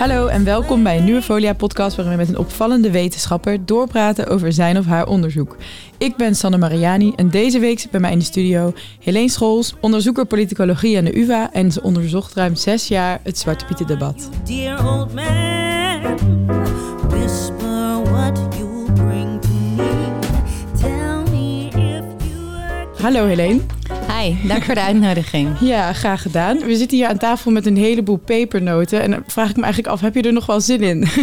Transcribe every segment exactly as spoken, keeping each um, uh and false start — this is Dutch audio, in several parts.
Hallo en welkom bij een nieuwe Folia-podcast waarin we met een opvallende wetenschapper doorpraten over zijn of haar onderzoek. Ik ben Sanne Mariani en deze week zit bij mij in de studio Helene Scholz, onderzoeker politicologie aan de U vA en ze onderzocht ruim zes jaar het Zwarte Pieten-debat. Hallo Helene. Hi, dank voor de uitnodiging. Ja, graag gedaan. We zitten hier aan tafel met een heleboel pepernoten. En dan vraag ik me eigenlijk af, heb je er nog wel zin in?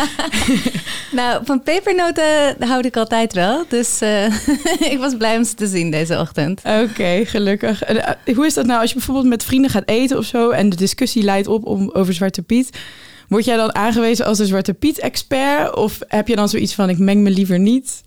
Nou, van pepernoten houd ik altijd wel. Dus uh, ik was blij om ze te zien deze ochtend. Oké, okay, gelukkig. En, uh, hoe is dat nou als je bijvoorbeeld met vrienden gaat eten of zo en de discussie leidt op om, over Zwarte Piet? Word jij dan aangewezen als een Zwarte Piet-expert? Of heb je dan zoiets van, ik meng me liever niet?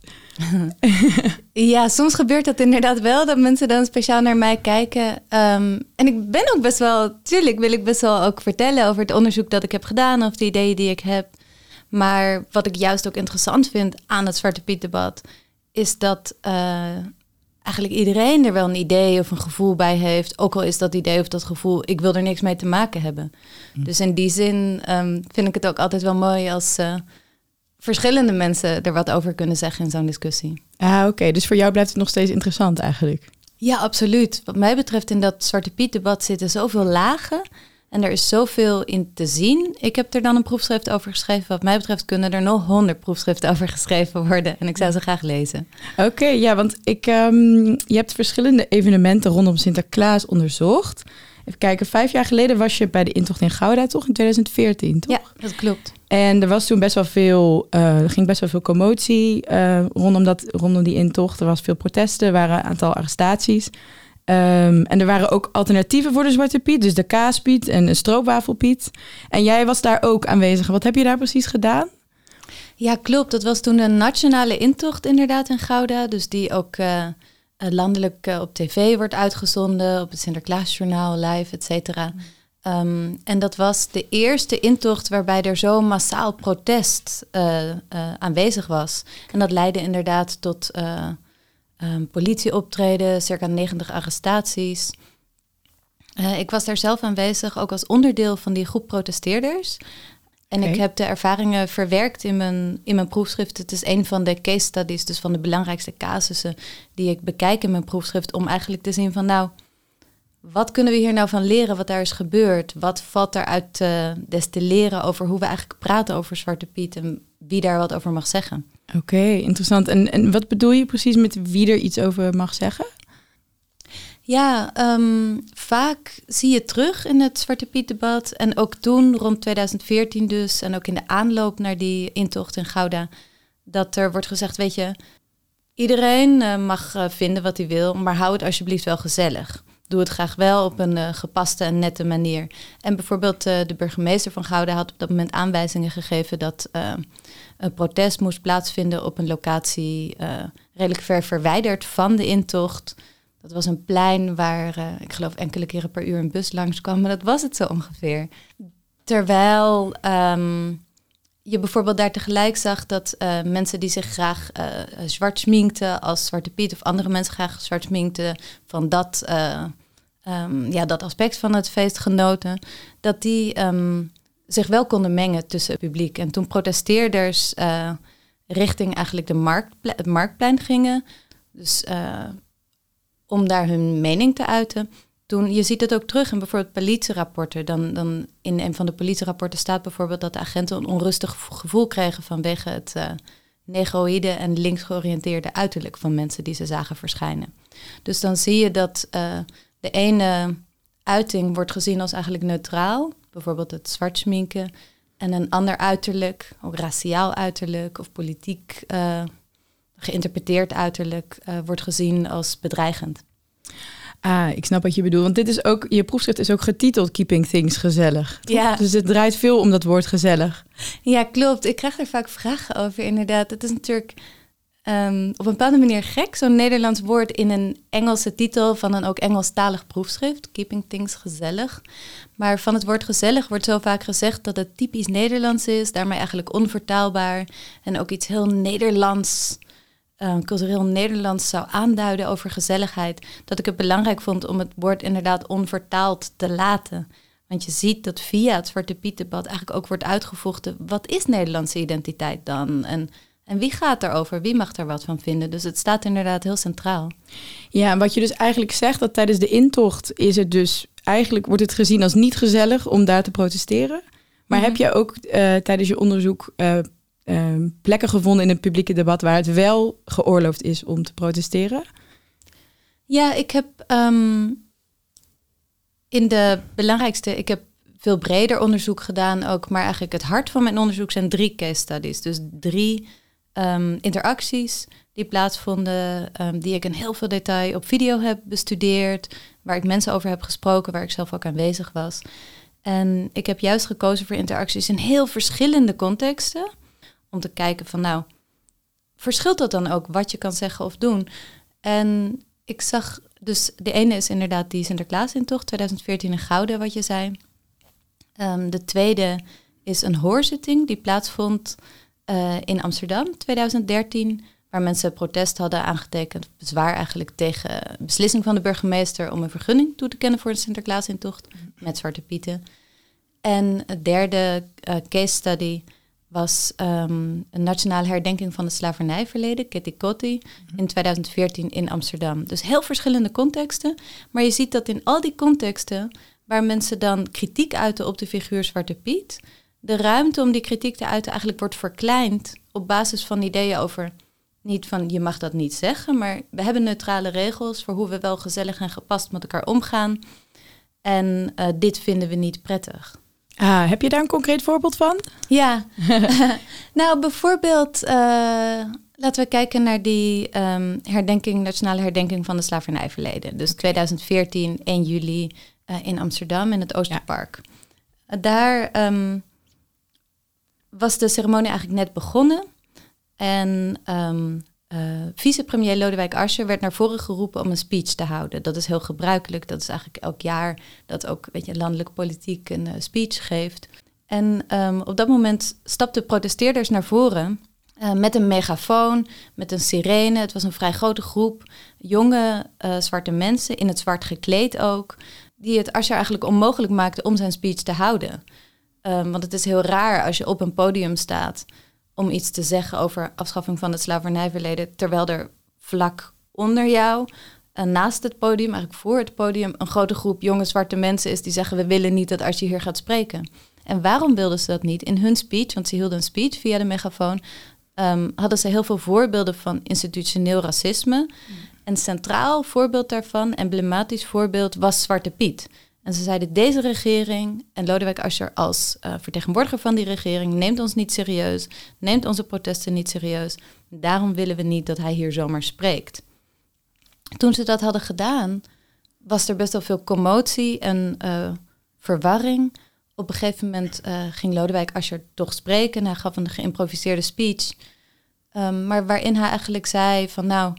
Ja, soms gebeurt dat inderdaad wel, dat mensen dan speciaal naar mij kijken. Um, en ik ben ook best wel, tuurlijk wil ik best wel ook vertellen over het onderzoek dat ik heb gedaan of de ideeën die ik heb. Maar wat ik juist ook interessant vind aan het Zwarte Piet-debat is dat uh, eigenlijk iedereen er wel een idee of een gevoel bij heeft. Ook al is dat idee of dat gevoel, ik wil er niks mee te maken hebben. Hm. Dus in die zin um, vind ik het ook altijd wel mooi als Uh, verschillende mensen er wat over kunnen zeggen in zo'n discussie. Ah, oké. Okay. Dus voor jou blijft het nog steeds interessant eigenlijk? Ja, absoluut. Wat mij betreft in dat Zwarte Piet-debat zitten zoveel lagen en er is zoveel in te zien. Ik heb er dan een proefschrift over geschreven. Wat mij betreft kunnen er nog honderd proefschriften over geschreven worden. En ik zou ze graag lezen. Oké, okay, ja, want ik, um, je hebt verschillende evenementen rondom Sinterklaas onderzocht. Even kijken, vijf jaar geleden was je bij de intocht in Gouda, toch? In twintig veertien, toch? Ja, dat klopt. En er was toen best wel veel, uh, er ging best wel veel commotie uh, rondom, dat, rondom die intocht. Er was veel protesten, er waren een aantal arrestaties. Um, en er waren ook alternatieven voor de Zwarte Piet, dus de Kaaspiet en een stroopwafelpiet. En jij was daar ook aanwezig. Wat heb je daar precies gedaan? Ja, klopt. Dat was toen een nationale intocht inderdaad in Gouda, dus die ook Uh, landelijk uh, op tv wordt uitgezonden, op het Sinterklaasjournaal, live, et cetera. Um, en dat was de eerste intocht waarbij er zo massaal protest uh, uh, aanwezig was. En dat leidde inderdaad tot uh, um, politieoptreden, circa negentig arrestaties. Uh, ik was daar zelf aanwezig, ook als onderdeel van die groep protesteerders. En okay. Ik heb de ervaringen verwerkt in mijn, in mijn proefschrift. Het is een van de case studies, dus van de belangrijkste casussen die ik bekijk in mijn proefschrift, om eigenlijk te zien van nou, wat kunnen we hier nou van leren wat daar is gebeurd? Wat valt daaruit te destilleren over hoe we eigenlijk praten over Zwarte Piet en wie daar wat over mag zeggen? Oké, okay, interessant. En, en wat bedoel je precies met wie er iets over mag zeggen? Ja, um, vaak zie je terug in het Zwarte Piet-debat. En ook toen, rond twintig veertien dus, en ook in de aanloop naar die intocht in Gouda, dat er wordt gezegd, weet je, iedereen uh, mag uh, vinden wat hij wil, maar hou het alsjeblieft wel gezellig. Doe het graag wel op een uh, gepaste en nette manier. En bijvoorbeeld uh, de burgemeester van Gouda had op dat moment aanwijzingen gegeven dat uh, een protest moest plaatsvinden op een locatie uh, redelijk ver verwijderd van de intocht. Dat was een plein waar, uh, ik geloof, enkele keren per uur een bus langskwam. Maar dat was het zo ongeveer. Terwijl um, je bijvoorbeeld daar tegelijk zag dat uh, mensen die zich graag uh, zwart sminkten als Zwarte Piet, of andere mensen graag zwart sminkten van dat, uh, um, ja, dat aspect van het feest genoten, dat die um, zich wel konden mengen tussen het publiek. En toen protesteerders uh, richting eigenlijk de marktple- het marktplein gingen, dus Uh, om daar hun mening te uiten. Toen, je ziet het ook terug in bijvoorbeeld politierapporten. Dan, dan in een van de politierapporten staat bijvoorbeeld dat de agenten een onrustig gevoel kregen vanwege het uh, negroïde en links georiënteerde uiterlijk van mensen die ze zagen verschijnen. Dus dan zie je dat uh, de ene uiting wordt gezien als eigenlijk neutraal, bijvoorbeeld het zwart sminken, en een ander uiterlijk, ook raciaal uiterlijk of politiek uh, geïnterpreteerd uiterlijk, uh, wordt gezien als bedreigend. Ah, ik snap wat je bedoelt. Want dit is ook, je proefschrift is ook getiteld Keeping Things Gezellig. Ja. Dus het draait veel om dat woord gezellig. Ja, klopt. Ik krijg er vaak vragen over, inderdaad. Het is natuurlijk um, op een bepaalde manier gek, zo'n Nederlands woord in een Engelse titel van een ook Engelstalig proefschrift. Keeping Things Gezellig. Maar van het woord gezellig wordt zo vaak gezegd dat het typisch Nederlands is, daarmee eigenlijk onvertaalbaar en ook iets heel Nederlands, Uh, cultureel Nederlands zou aanduiden over gezelligheid, dat ik het belangrijk vond om het woord inderdaad onvertaald te laten. Want je ziet dat via het Zwarte Piet-debat eigenlijk ook wordt uitgevochten, wat is Nederlandse identiteit dan? En, en wie gaat daarover? Wie mag daar wat van vinden? Dus het staat inderdaad heel centraal. Ja, en wat je dus eigenlijk zegt, dat tijdens de intocht is het dus, eigenlijk wordt het gezien als niet gezellig om daar te protesteren. Maar mm-hmm. heb je ook uh, tijdens je onderzoek uh, uh, plekken gevonden in het publieke debat waar het wel geoorloofd is om te protesteren? Ja, ik heb um, in de belangrijkste, ik heb veel breder onderzoek gedaan ook, maar eigenlijk het hart van mijn onderzoek zijn drie case studies. Dus drie um, interacties die plaatsvonden, um, die ik in heel veel detail op video heb bestudeerd, waar ik mensen over heb gesproken, waar ik zelf ook aanwezig was. En ik heb juist gekozen voor interacties in heel verschillende contexten, om te kijken van nou, verschilt dat dan ook wat je kan zeggen of doen? En ik zag, dus de ene is inderdaad die Sinterklaasintocht twintig veertien in Gouda, wat je zei. Um, de tweede is een hoorzitting die plaatsvond uh, in Amsterdam twintig dertien, waar mensen protest hadden aangetekend, bezwaar eigenlijk tegen de beslissing van de burgemeester om een vergunning toe te kennen voor de Sinterklaasintocht met Zwarte Pieten. En het derde uh, case study was um, een nationale herdenking van het slavernijverleden, Ketikoti, mm-hmm. in twintig veertien in Amsterdam. Dus heel verschillende contexten, maar je ziet dat in al die contexten waar mensen dan kritiek uiten op de figuur Zwarte Piet, de ruimte om die kritiek te uiten eigenlijk wordt verkleind op basis van ideeën over, niet van je mag dat niet zeggen, maar we hebben neutrale regels voor hoe we wel gezellig en gepast met elkaar omgaan. En uh, dit vinden we niet prettig. Ah, heb je daar een concreet voorbeeld van? Ja, nou bijvoorbeeld, uh, laten we kijken naar die um, herdenking, nationale herdenking van de slavernijverleden. Dus twintig veertien, één juli uh, in Amsterdam in het Oosterpark. Ja. Daar um, was de ceremonie eigenlijk net begonnen. En um, uh, vicepremier Lodewijk Asscher werd naar voren geroepen om een speech te houden. Dat is heel gebruikelijk. Dat is eigenlijk elk jaar dat ook, weet je, landelijke politiek een uh, speech geeft. En um, op dat moment stapten protesteerders naar voren uh, met een megafoon, met een sirene. Het was een vrij grote groep jonge uh, zwarte mensen, in het zwart gekleed ook, die het Asscher eigenlijk onmogelijk maakten om zijn speech te houden. Um, want het is heel raar als je op een podium staat om iets te zeggen over afschaffing van het slavernijverleden, terwijl er vlak onder jou, uh, naast het podium, eigenlijk voor het podium, een grote groep jonge zwarte mensen is die zeggen, we willen niet dat Asscher hier gaat spreken. En waarom wilden ze dat niet? In hun speech, want ze hielden een speech via de megafoon, um, hadden ze heel veel voorbeelden van institutioneel racisme. Mm. En centraal voorbeeld daarvan, emblematisch voorbeeld, was Zwarte Piet. En ze zeiden, deze regering en Lodewijk Asscher als uh, vertegenwoordiger van die regering neemt ons niet serieus, neemt onze protesten niet serieus. Daarom willen we niet dat hij hier zomaar spreekt. Toen ze dat hadden gedaan, was er best wel veel commotie en uh, verwarring. Op een gegeven moment uh, ging Lodewijk Asscher toch spreken en hij gaf een geïmproviseerde speech. Um, maar waarin hij eigenlijk zei van nou,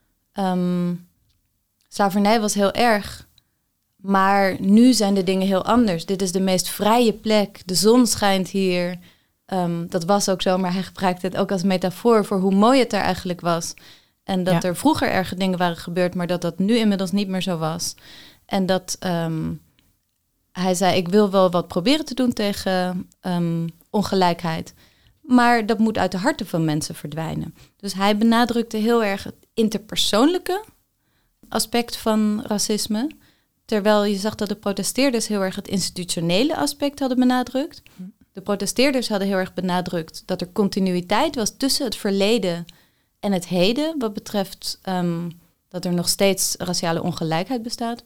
um, slavernij was heel erg. Maar nu zijn de dingen heel anders. Dit is de meest vrije plek. De zon schijnt hier. Um, dat was ook zo, maar hij gebruikte het ook als metafoor voor hoe mooi het daar eigenlijk was. En dat ja. er vroeger erge dingen waren gebeurd, maar dat dat nu inmiddels niet meer zo was. En dat um, hij zei, ik wil wel wat proberen te doen tegen um, ongelijkheid. Maar dat moet uit de harten van mensen verdwijnen. Dus hij benadrukte heel erg het interpersoonlijke aspect van racisme. Terwijl je zag dat de protesteerders heel erg het institutionele aspect hadden benadrukt. De protesteerders hadden heel erg benadrukt dat er continuïteit was tussen het verleden en het heden, wat betreft um, dat er nog steeds raciale ongelijkheid bestaat.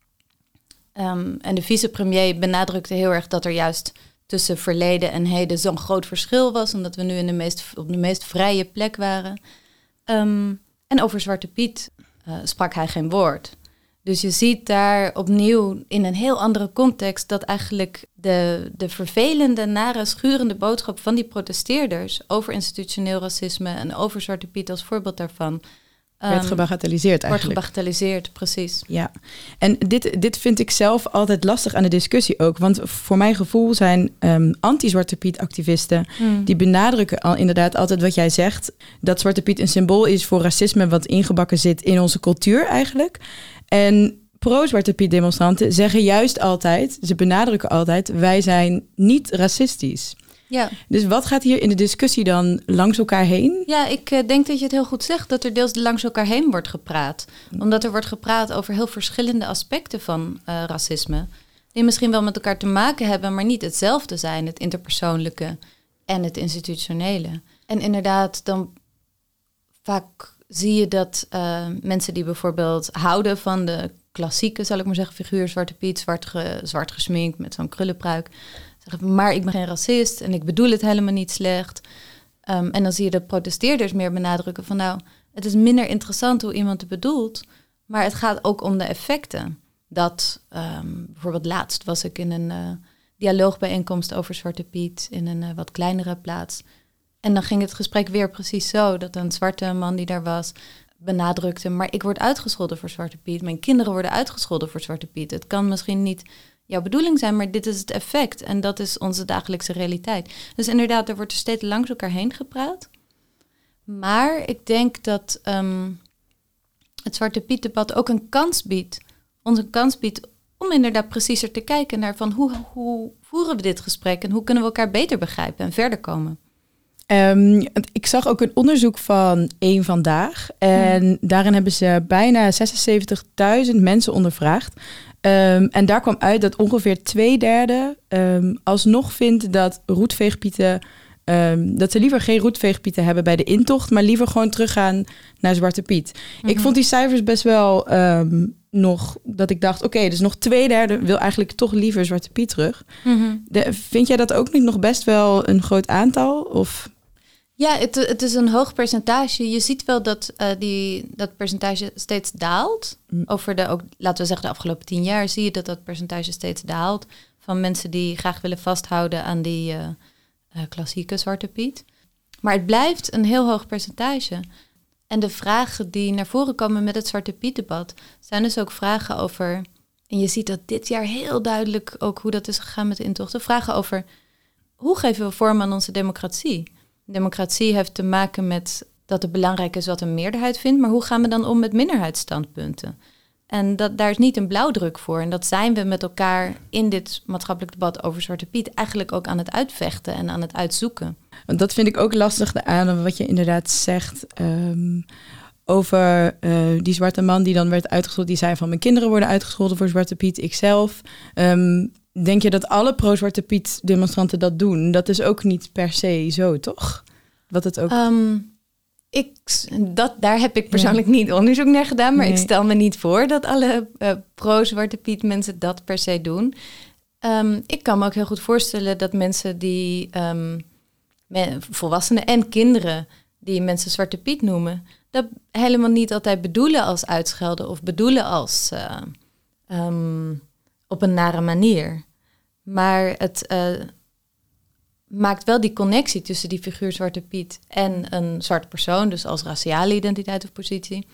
Um, en de vicepremier benadrukte heel erg dat er juist tussen verleden en heden zo'n groot verschil was, omdat we nu in de meest, op de meest vrije plek waren. Um, en over Zwarte Piet uh, sprak hij geen woord. Dus je ziet daar opnieuw in een heel andere context dat eigenlijk de, de vervelende, nare, schurende boodschap van die protesteerders over institutioneel racisme en over Zwarte Piet als voorbeeld daarvan Um, werd gebagatelliseerd eigenlijk. Wordt gebagatelliseerd, precies. Ja, en dit, dit vind ik zelf altijd lastig aan de discussie ook. Want voor mijn gevoel zijn um, anti-Zwarte Piet activisten Hmm. die benadrukken al inderdaad altijd wat jij zegt. Dat Zwarte Piet een symbool is voor racisme wat ingebakken zit in onze cultuur eigenlijk. En pro-Zwarte Piet demonstranten zeggen juist altijd, ze benadrukken altijd, wij zijn niet racistisch. Ja. Dus wat gaat hier in de discussie dan langs elkaar heen? Ja, ik uh, denk dat je het heel goed zegt, dat er deels langs elkaar heen wordt gepraat. Omdat er wordt gepraat over heel verschillende aspecten van uh, racisme. Die misschien wel met elkaar te maken hebben, maar niet hetzelfde zijn. Het interpersoonlijke en het institutionele. En inderdaad, dan vaak zie je dat uh, mensen die bijvoorbeeld houden van de klassieke, zal ik maar zeggen, figuur Zwarte Piet, zwart, ge, zwart gesminkt met zo'n krullenpruik, zeggen, maar ik ben geen racist en ik bedoel het helemaal niet slecht. Um, en dan zie je de protesteerders meer benadrukken van nou, het is minder interessant hoe iemand het bedoelt, maar het gaat ook om de effecten. Dat um, bijvoorbeeld laatst was ik in een uh, dialoogbijeenkomst over Zwarte Piet in een uh, wat kleinere plaats. En dan ging het gesprek weer precies zo, dat een zwarte man die daar was benadrukte, maar ik word uitgescholden voor Zwarte Piet. Mijn kinderen worden uitgescholden voor Zwarte Piet. Het kan misschien niet jouw bedoeling zijn, maar dit is het effect. En dat is onze dagelijkse realiteit. Dus inderdaad, er wordt er steeds langs elkaar heen gepraat. Maar ik denk dat um, het Zwarte Piet-debat ook een kans biedt. Ons een kans biedt om inderdaad preciezer te kijken naar van hoe, hoe voeren we dit gesprek en hoe kunnen we elkaar beter begrijpen en verder komen. Um, ik zag ook een onderzoek van Eén Vandaag. En hmm. daarin hebben ze bijna zesenzeventigduizend mensen ondervraagd. Um, en daar kwam uit dat ongeveer twee derde um, alsnog vindt dat roetveegpieten, um, dat ze liever geen roetveegpieten hebben bij de intocht, maar liever gewoon teruggaan naar Zwarte Piet. Mm-hmm. Ik vond die cijfers best wel um, nog, dat ik dacht, oké, okay, dus nog twee derde wil eigenlijk toch liever Zwarte Piet terug. Mm-hmm. De, vind jij dat ook niet nog best wel een groot aantal? Of? Ja, het, het is een hoog percentage. Je ziet wel dat uh, die, dat percentage steeds daalt. Mm. Over de, ook, laten we zeggen, de afgelopen tien jaar zie je dat dat percentage steeds daalt. Van mensen die graag willen vasthouden aan die uh, uh, klassieke Zwarte Piet. Maar het blijft een heel hoog percentage. En de vragen die naar voren komen met het Zwarte Piet-debat zijn dus ook vragen over, en je ziet dat dit jaar heel duidelijk ook hoe dat is gegaan met de intochten, vragen over hoe geven we vorm aan onze democratie? Democratie heeft te maken met dat het belangrijk is wat een meerderheid vindt, maar hoe gaan we dan om met minderheidsstandpunten? En dat, daar is niet een blauwdruk voor. En dat zijn we met elkaar in dit maatschappelijk debat over Zwarte Piet eigenlijk ook aan het uitvechten en aan het uitzoeken. Want dat vind ik ook lastig aan wat je inderdaad zegt um, over uh, die zwarte man die dan werd uitgescholden. Die zei van mijn kinderen worden uitgescholden voor Zwarte Piet, ikzelf. Um, denk je dat alle pro-Zwarte Piet demonstranten dat doen? Dat is ook niet per se zo, toch? Wat het ook... Um, ik, dat, daar heb ik persoonlijk ja. niet onderzoek naar gedaan, maar nee. ik stel me niet voor dat alle uh, pro-Zwarte Piet mensen dat per se doen. Um, ik kan me ook heel goed voorstellen dat mensen die, um, men, volwassenen en kinderen die mensen Zwarte Piet noemen, dat helemaal niet altijd bedoelen als uitschelden of bedoelen als uh, um, op een nare manier. Maar het uh, maakt wel die connectie tussen die figuur Zwarte Piet en een zwarte persoon, dus als raciale identiteit of positie.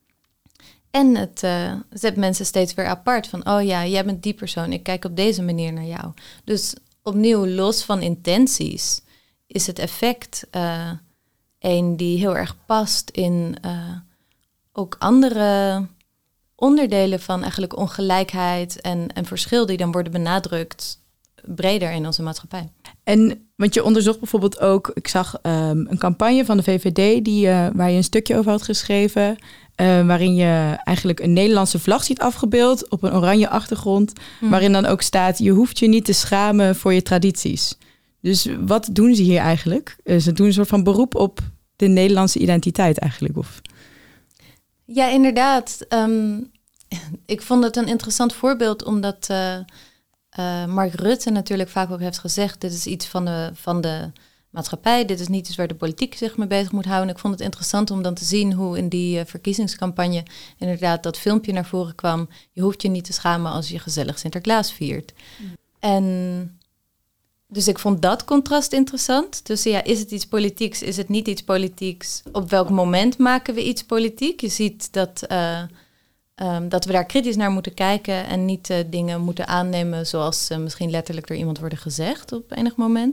En het uh, zet mensen steeds weer apart van, oh ja, jij bent die persoon, ik kijk op deze manier naar jou. Dus opnieuw, los van intenties, is het effect uh, een die heel erg past in uh, ook andere onderdelen van eigenlijk ongelijkheid en, en verschil die dan worden benadrukt breder in onze maatschappij. En want je onderzocht bijvoorbeeld ook, ik zag um, een campagne van de V V D die, uh, waar je een stukje over had geschreven, uh, waarin je eigenlijk een Nederlandse vlag ziet afgebeeld op een oranje achtergrond, mm. waarin dan ook staat, je hoeft je niet te schamen voor je tradities. Dus wat doen ze hier eigenlijk? Uh, ze doen een soort van beroep op de Nederlandse identiteit eigenlijk, of? Ja, inderdaad. Um, ik vond het een interessant voorbeeld, omdat uh, uh, Mark Rutte natuurlijk vaak ook heeft gezegd, dit is iets van de, van de maatschappij, dit is niet iets waar de politiek zich mee bezig moet houden. Ik vond het interessant om dan te zien hoe in die uh, verkiezingscampagne inderdaad dat filmpje naar voren kwam. Je hoeft je niet te schamen als je gezellig Sinterklaas viert. Mm. En dus ik vond dat contrast interessant. Dus ja, is het iets politieks, is het niet iets politieks? Op welk moment maken we iets politiek? Je ziet dat, uh, um, dat we daar kritisch naar moeten kijken en niet uh, dingen moeten aannemen zoals uh, misschien letterlijk door iemand worden gezegd op enig moment.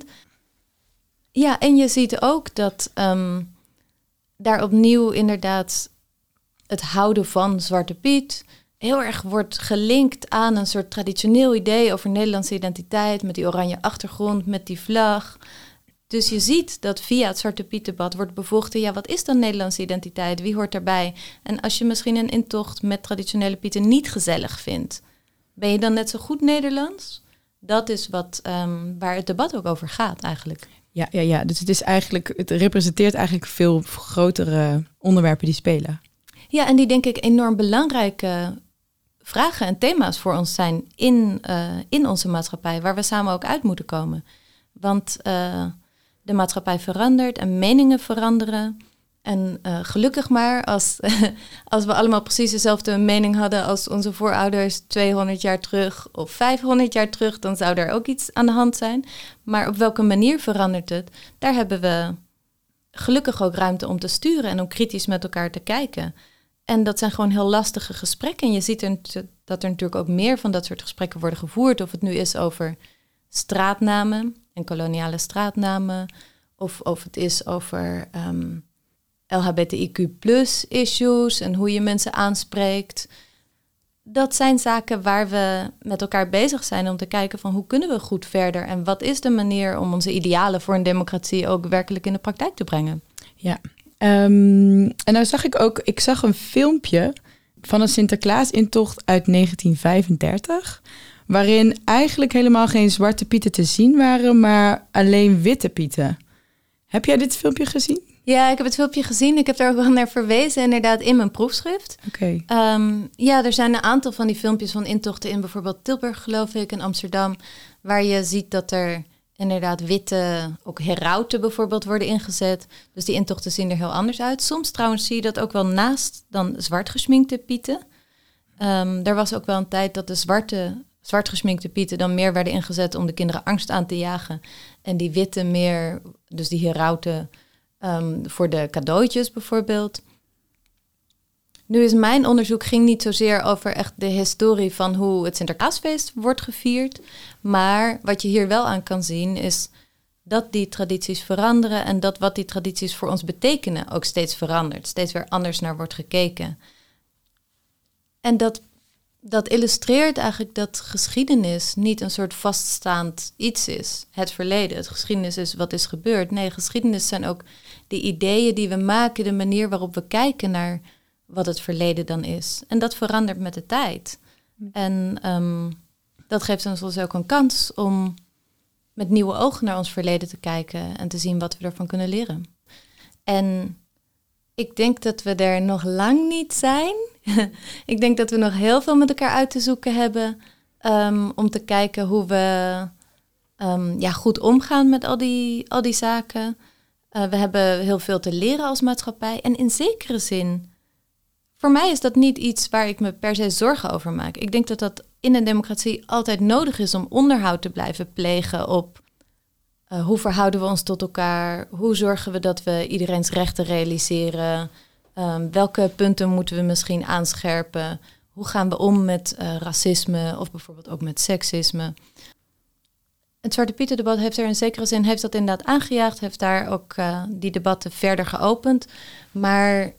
Ja, en je ziet ook dat um, daar opnieuw inderdaad het houden van Zwarte Piet heel erg wordt gelinkt aan een soort traditioneel idee over Nederlandse identiteit, met die oranje achtergrond, met die vlag. Dus je ziet dat via het Zwarte Piet debat wordt bevochten, ja, wat is dan Nederlandse identiteit? Wie hoort daarbij? En als je misschien een intocht met traditionele pieten niet gezellig vindt, ben je dan net zo goed Nederlands? Dat is wat um, waar het debat ook over gaat eigenlijk. Ja, ja, ja, dus het is eigenlijk, het representeert eigenlijk veel grotere onderwerpen die spelen. Ja, en die denk ik enorm belangrijke vragen en thema's voor ons zijn in, uh, in onze maatschappij, waar we samen ook uit moeten komen. Want uh, de maatschappij verandert en meningen veranderen. En uh, gelukkig maar, als, als we allemaal precies dezelfde mening hadden als onze voorouders tweehonderd jaar terug of vijfhonderd jaar terug, dan zou er ook iets aan de hand zijn. Maar op welke manier verandert het? Daar hebben we gelukkig ook ruimte om te sturen en om kritisch met elkaar te kijken. En dat zijn gewoon heel lastige gesprekken. En je ziet er, dat er natuurlijk ook meer van dat soort gesprekken worden gevoerd. Of het nu is over straatnamen en koloniale straatnamen. Of of het is over um, L H B T I Q plus issues en hoe je mensen aanspreekt. Dat zijn zaken waar we met elkaar bezig zijn om te kijken van hoe kunnen we goed verder. En wat is de manier om onze idealen voor een democratie ook werkelijk in de praktijk te brengen. Ja. Um, en nou zag ik ook, ik zag een filmpje van een Sinterklaas-intocht uit negentien vijfendertig... waarin eigenlijk helemaal geen zwarte pieten te zien waren, maar alleen witte pieten. Heb jij dit filmpje gezien? Ja, ik heb het filmpje gezien. Ik heb daar ook wel naar verwezen, inderdaad, in mijn proefschrift. Oké. Okay. Um, ja, er zijn een aantal van die filmpjes van intochten in bijvoorbeeld Tilburg, geloof ik, en Amsterdam, waar je ziet dat er inderdaad witte, ook herauten bijvoorbeeld, worden ingezet. Dus die intochten zien er heel anders uit. Soms trouwens zie je dat ook wel naast dan zwart geschminkte pieten. Um, er was ook wel een tijd dat de zwarte, zwart geschminkte pieten dan meer werden ingezet om de kinderen angst aan te jagen. En die witte meer, dus die herauten, um, voor de cadeautjes bijvoorbeeld. Nu is mijn onderzoek ging niet zozeer over echt de historie van hoe het Sinterklaasfeest wordt gevierd. Maar wat je hier wel aan kan zien is dat die tradities veranderen en dat wat die tradities voor ons betekenen ook steeds verandert. Steeds weer anders naar wordt gekeken. En dat, dat illustreert eigenlijk dat geschiedenis niet een soort vaststaand iets is. Het verleden, het geschiedenis is wat is gebeurd. Nee, geschiedenis zijn ook de ideeën die we maken, de manier waarop we kijken naar wat het verleden dan is. En dat verandert met de tijd. En um, dat geeft ons dus ook een kans om met nieuwe ogen naar ons verleden te kijken en te zien wat we ervan kunnen leren. En ik denk dat we er nog lang niet zijn. Ik denk dat we nog heel veel met elkaar uit te zoeken hebben um, om te kijken hoe we um, ja, goed omgaan met al die, al die zaken. Uh, we hebben heel veel te leren als maatschappij. En in zekere zin, voor mij is dat niet iets waar ik me per se zorgen over maak. Ik denk dat dat in een democratie altijd nodig is om onderhoud te blijven plegen op uh, hoe verhouden we ons tot elkaar, hoe zorgen we dat we iedereen's rechten realiseren, um, welke punten moeten we misschien aanscherpen, hoe gaan we om met uh, racisme of bijvoorbeeld ook met seksisme. Het Zwarte Pieten-debat heeft er in zekere zin heeft dat inderdaad aangejaagd, heeft daar ook uh, die debatten verder geopend, maar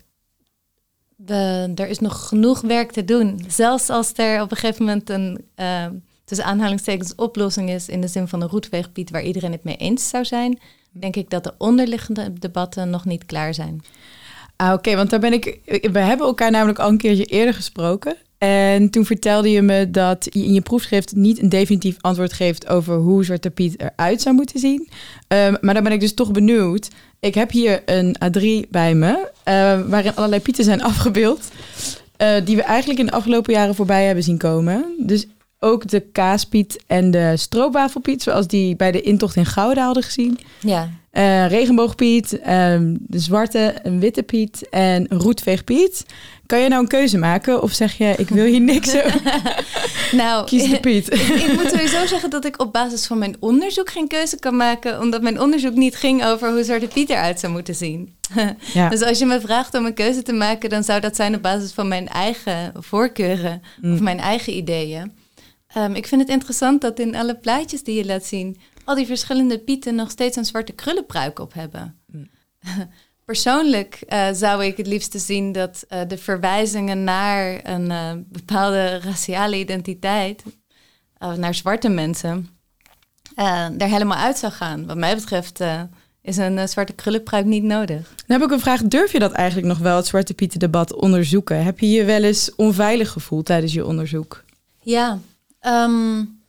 De, er is nog genoeg werk te doen. Zelfs als er op een gegeven moment een uh, tussen aanhalingstekens oplossing is in de zin van een roetveegpiet waar iedereen het mee eens zou zijn, denk ik dat de onderliggende debatten nog niet klaar zijn. Ah, Oké, okay, want daar ben ik. We hebben elkaar namelijk al een keertje eerder gesproken. En toen vertelde je me dat je in je proefschrift niet een definitief antwoord geeft over hoe Zwarte Piet eruit zou moeten zien. Um, maar dan ben ik dus toch benieuwd. Ik heb hier een A drie bij me, uh, waarin allerlei pieten zijn afgebeeld. Uh, die we eigenlijk in de afgelopen jaren voorbij hebben zien komen. Dus ook de kaaspiet en de stroopwafelpiet, zoals die bij de intocht in Gouda hadden gezien. Ja. Uh, regenboogpiet, um, de zwarte, een witte piet en een roetveegpiet. Kan je nou een keuze maken of zeg je, ik wil hier niks over? Nou, kies de piet. ik, ik moet sowieso zeggen dat ik op basis van mijn onderzoek geen keuze kan maken, omdat mijn onderzoek niet ging over hoe Zwarte Piet eruit zou moeten zien. Ja. Dus als je me vraagt om een keuze te maken, dan zou dat zijn op basis van mijn eigen voorkeuren mm. of mijn eigen ideeën. Um, ik vind het interessant dat in alle plaatjes die je laat zien, al die verschillende pieten nog steeds een zwarte krullenpruik op hebben. Mm. persoonlijk uh, zou ik het liefste zien dat uh, de verwijzingen naar een uh, bepaalde raciale identiteit, uh, naar zwarte mensen, uh, er helemaal uit zou gaan. Wat mij betreft uh, is een uh, zwarte krullenpruik niet nodig. Dan heb ik een vraag. Durf je dat eigenlijk nog wel, het Zwarte Pieten debat, onderzoeken? Heb je je wel eens onveilig gevoeld tijdens je onderzoek? Ja, um,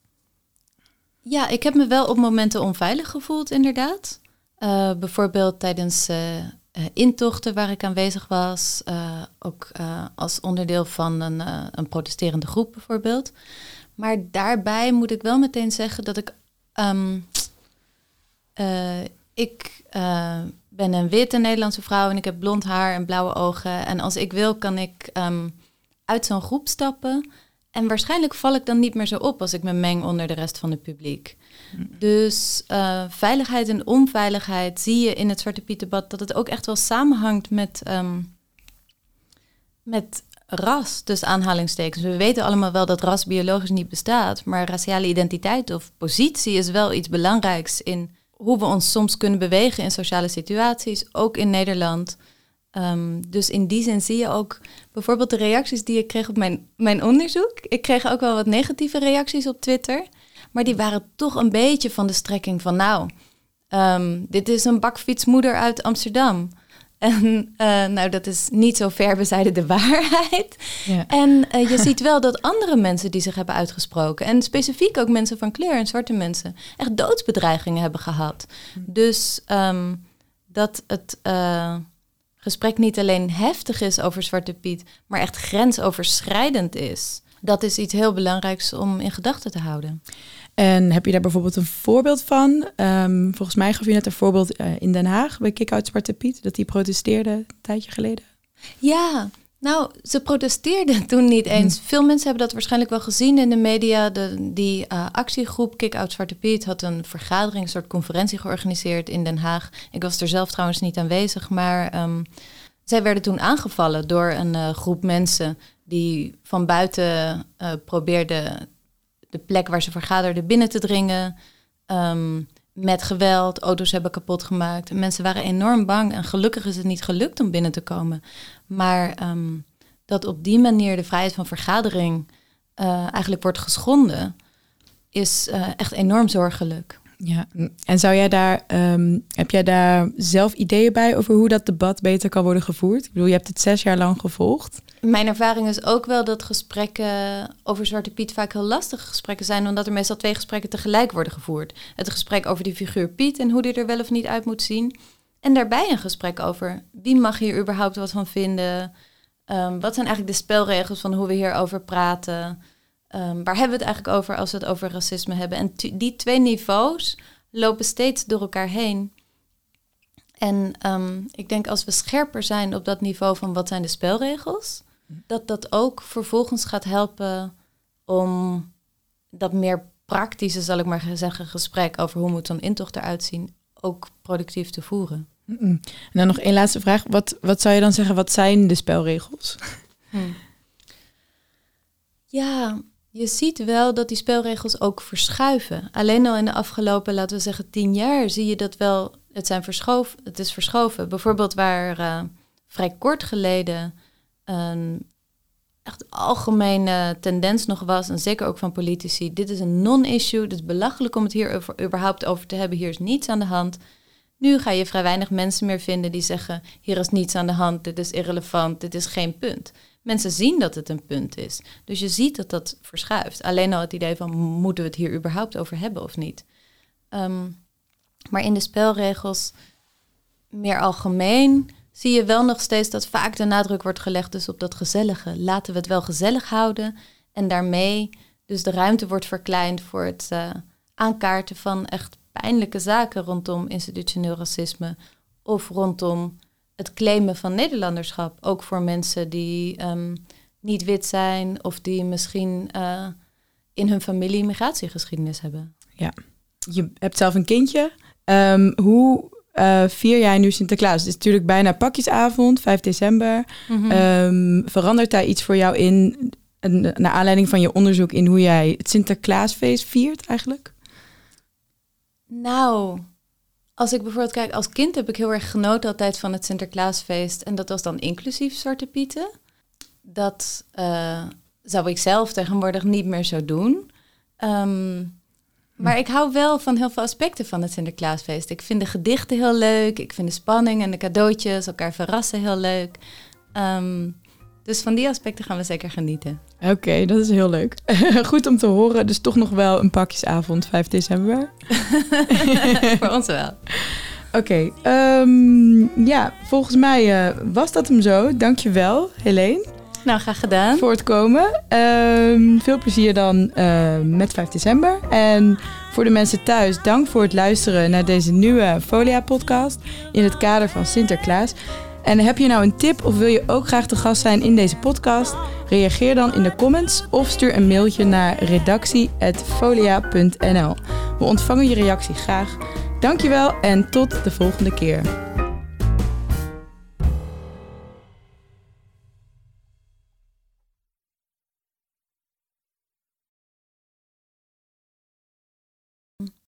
ja, ik heb me wel op momenten onveilig gevoeld, inderdaad. Uh, bijvoorbeeld tijdens uh, uh, intochten waar ik aanwezig was. Uh, ook uh, als onderdeel van een, uh, een protesterende groep bijvoorbeeld. Maar daarbij moet ik wel meteen zeggen dat ik... Um, uh, ik uh, ben een witte Nederlandse vrouw en ik heb blond haar en blauwe ogen. En als ik wil kan ik um, uit zo'n groep stappen. En waarschijnlijk val ik dan niet meer zo op als ik me meng onder de rest van het publiek. Dus uh, veiligheid en onveiligheid zie je in het Zwarte Piet debat dat het ook echt wel samenhangt met, um, met ras, dus aanhalingstekens. We weten allemaal wel dat ras biologisch niet bestaat, maar raciale identiteit of positie is wel iets belangrijks in hoe we ons soms kunnen bewegen in sociale situaties, ook in Nederland. Um, dus in die zin zie je ook bijvoorbeeld de reacties die ik kreeg op mijn, mijn onderzoek. Ik kreeg ook wel wat negatieve reacties op Twitter. Maar die waren toch een beetje van de strekking van... nou, um, dit is een bakfietsmoeder uit Amsterdam. En uh, nou, dat is niet zo ver bezijden de waarheid. Ja. En uh, je ziet wel dat andere mensen die zich hebben uitgesproken... en specifiek ook mensen van kleur en zwarte mensen... echt doodsbedreigingen hebben gehad. Hm. Dus um, dat het... Uh, gesprek niet alleen heftig is over Zwarte Piet, maar echt grensoverschrijdend is. Dat is iets heel belangrijks om in gedachten te houden. En heb je daar bijvoorbeeld een voorbeeld van? Um, volgens mij gaf je net een voorbeeld uh, in Den Haag bij Kick-Out Zwarte Piet, dat die protesteerde een tijdje geleden. Ja, nou, ze protesteerden toen niet eens. Hmm. Veel mensen hebben dat waarschijnlijk wel gezien in de media. De, die uh, actiegroep Kick-Out Zwarte Piet had een vergadering, een soort conferentie georganiseerd in Den Haag. Ik was er zelf trouwens niet aanwezig, maar um, zij werden toen aangevallen door een uh, groep mensen die van buiten uh, probeerden de plek waar ze vergaderden binnen te dringen. Um, met geweld, auto's hebben kapot gemaakt. Mensen waren enorm bang en gelukkig is het niet gelukt om binnen te komen. Maar um, dat op die manier de vrijheid van vergadering uh, eigenlijk wordt geschonden, is uh, echt enorm zorgelijk. Ja, en zou jij daar, um, heb jij daar zelf ideeën bij over hoe dat debat beter kan worden gevoerd? Ik bedoel, je hebt het zes jaar lang gevolgd. Mijn ervaring is ook wel dat gesprekken over Zwarte Piet vaak heel lastige gesprekken zijn, omdat er meestal twee gesprekken tegelijk worden gevoerd. Het gesprek over die figuur Piet en hoe die er wel of niet uit moet zien. En daarbij een gesprek over wie mag hier überhaupt wat van vinden? Um, wat zijn eigenlijk de spelregels van hoe we hierover praten? Um, waar hebben we het eigenlijk over als we het over racisme hebben? En t- die twee niveaus lopen steeds door elkaar heen. En um, ik denk als we scherper zijn op dat niveau van wat zijn de spelregels, dat dat ook vervolgens gaat helpen om dat meer praktische, zal ik maar zeggen, gesprek over hoe moet zo'n intocht eruit zien, ook productief te voeren. Mm-mm. En dan nog één laatste vraag. Wat, wat zou je dan zeggen, wat zijn de spelregels? Hmm. Ja, je ziet wel dat die spelregels ook verschuiven. Alleen al in de afgelopen, laten we zeggen, tien jaar zie je dat wel. Het, zijn verschoven, het is verschoven. Bijvoorbeeld waar uh, vrij kort geleden een echt algemene tendens nog was, en zeker ook van politici, dit is een non-issue, het is belachelijk om het hier over, überhaupt over te hebben, hier is niets aan de hand. Nu ga je vrij weinig mensen meer vinden die zeggen, hier is niets aan de hand, dit is irrelevant, dit is geen punt. Mensen zien dat het een punt is. Dus je ziet dat dat verschuift. Alleen al het idee van, moeten we het hier überhaupt over hebben of niet? Um, maar in de spelregels, meer algemeen, zie je wel nog steeds dat vaak de nadruk wordt gelegd dus op dat gezellige. Laten we het wel gezellig houden. En daarmee dus de ruimte wordt verkleind voor het uh, aankaarten van echt pijnlijke zaken rondom institutioneel racisme of rondom het claimen van Nederlanderschap. Ook voor mensen die um, niet wit zijn of die misschien uh, in hun familie migratiegeschiedenis hebben. Ja, je hebt zelf een kindje. Um, hoe uh, vier jij nu Sinterklaas? Het is natuurlijk bijna pakjesavond, vijf december. Mm-hmm. Um, verandert daar iets voor jou in, naar aanleiding van je onderzoek, in hoe jij het Sinterklaasfeest viert eigenlijk? Nou, Als ik bijvoorbeeld kijk, als kind heb ik heel erg genoten altijd van het Sinterklaasfeest. En dat was dan inclusief Zwarte Pieten. Dat uh, zou ik zelf tegenwoordig niet meer zo doen. Um, maar ik hou wel van heel veel aspecten van het Sinterklaasfeest. Ik vind de gedichten heel leuk. Ik vind de spanning en de cadeautjes, elkaar verrassen heel leuk. Um, dus van die aspecten gaan we zeker genieten. Oké, okay, dat is heel leuk. Goed om te horen. Dus toch nog wel een pakjesavond, vijf december. Voor ons wel. Oké, okay, um, ja, volgens mij uh, was dat hem zo. Dankjewel, Helene. Nou, graag gedaan. Voor het komen. Um, veel plezier dan uh, met vijf december. En voor de mensen thuis, dank voor het luisteren naar deze nieuwe Folia-podcast in het kader van Sinterklaas. En heb je nou een tip of wil je ook graag te gast zijn in deze podcast? Reageer dan in de comments of stuur een mailtje naar redactie apenstaartje folia punt n l. We ontvangen je reactie graag. Dankjewel en tot de volgende keer.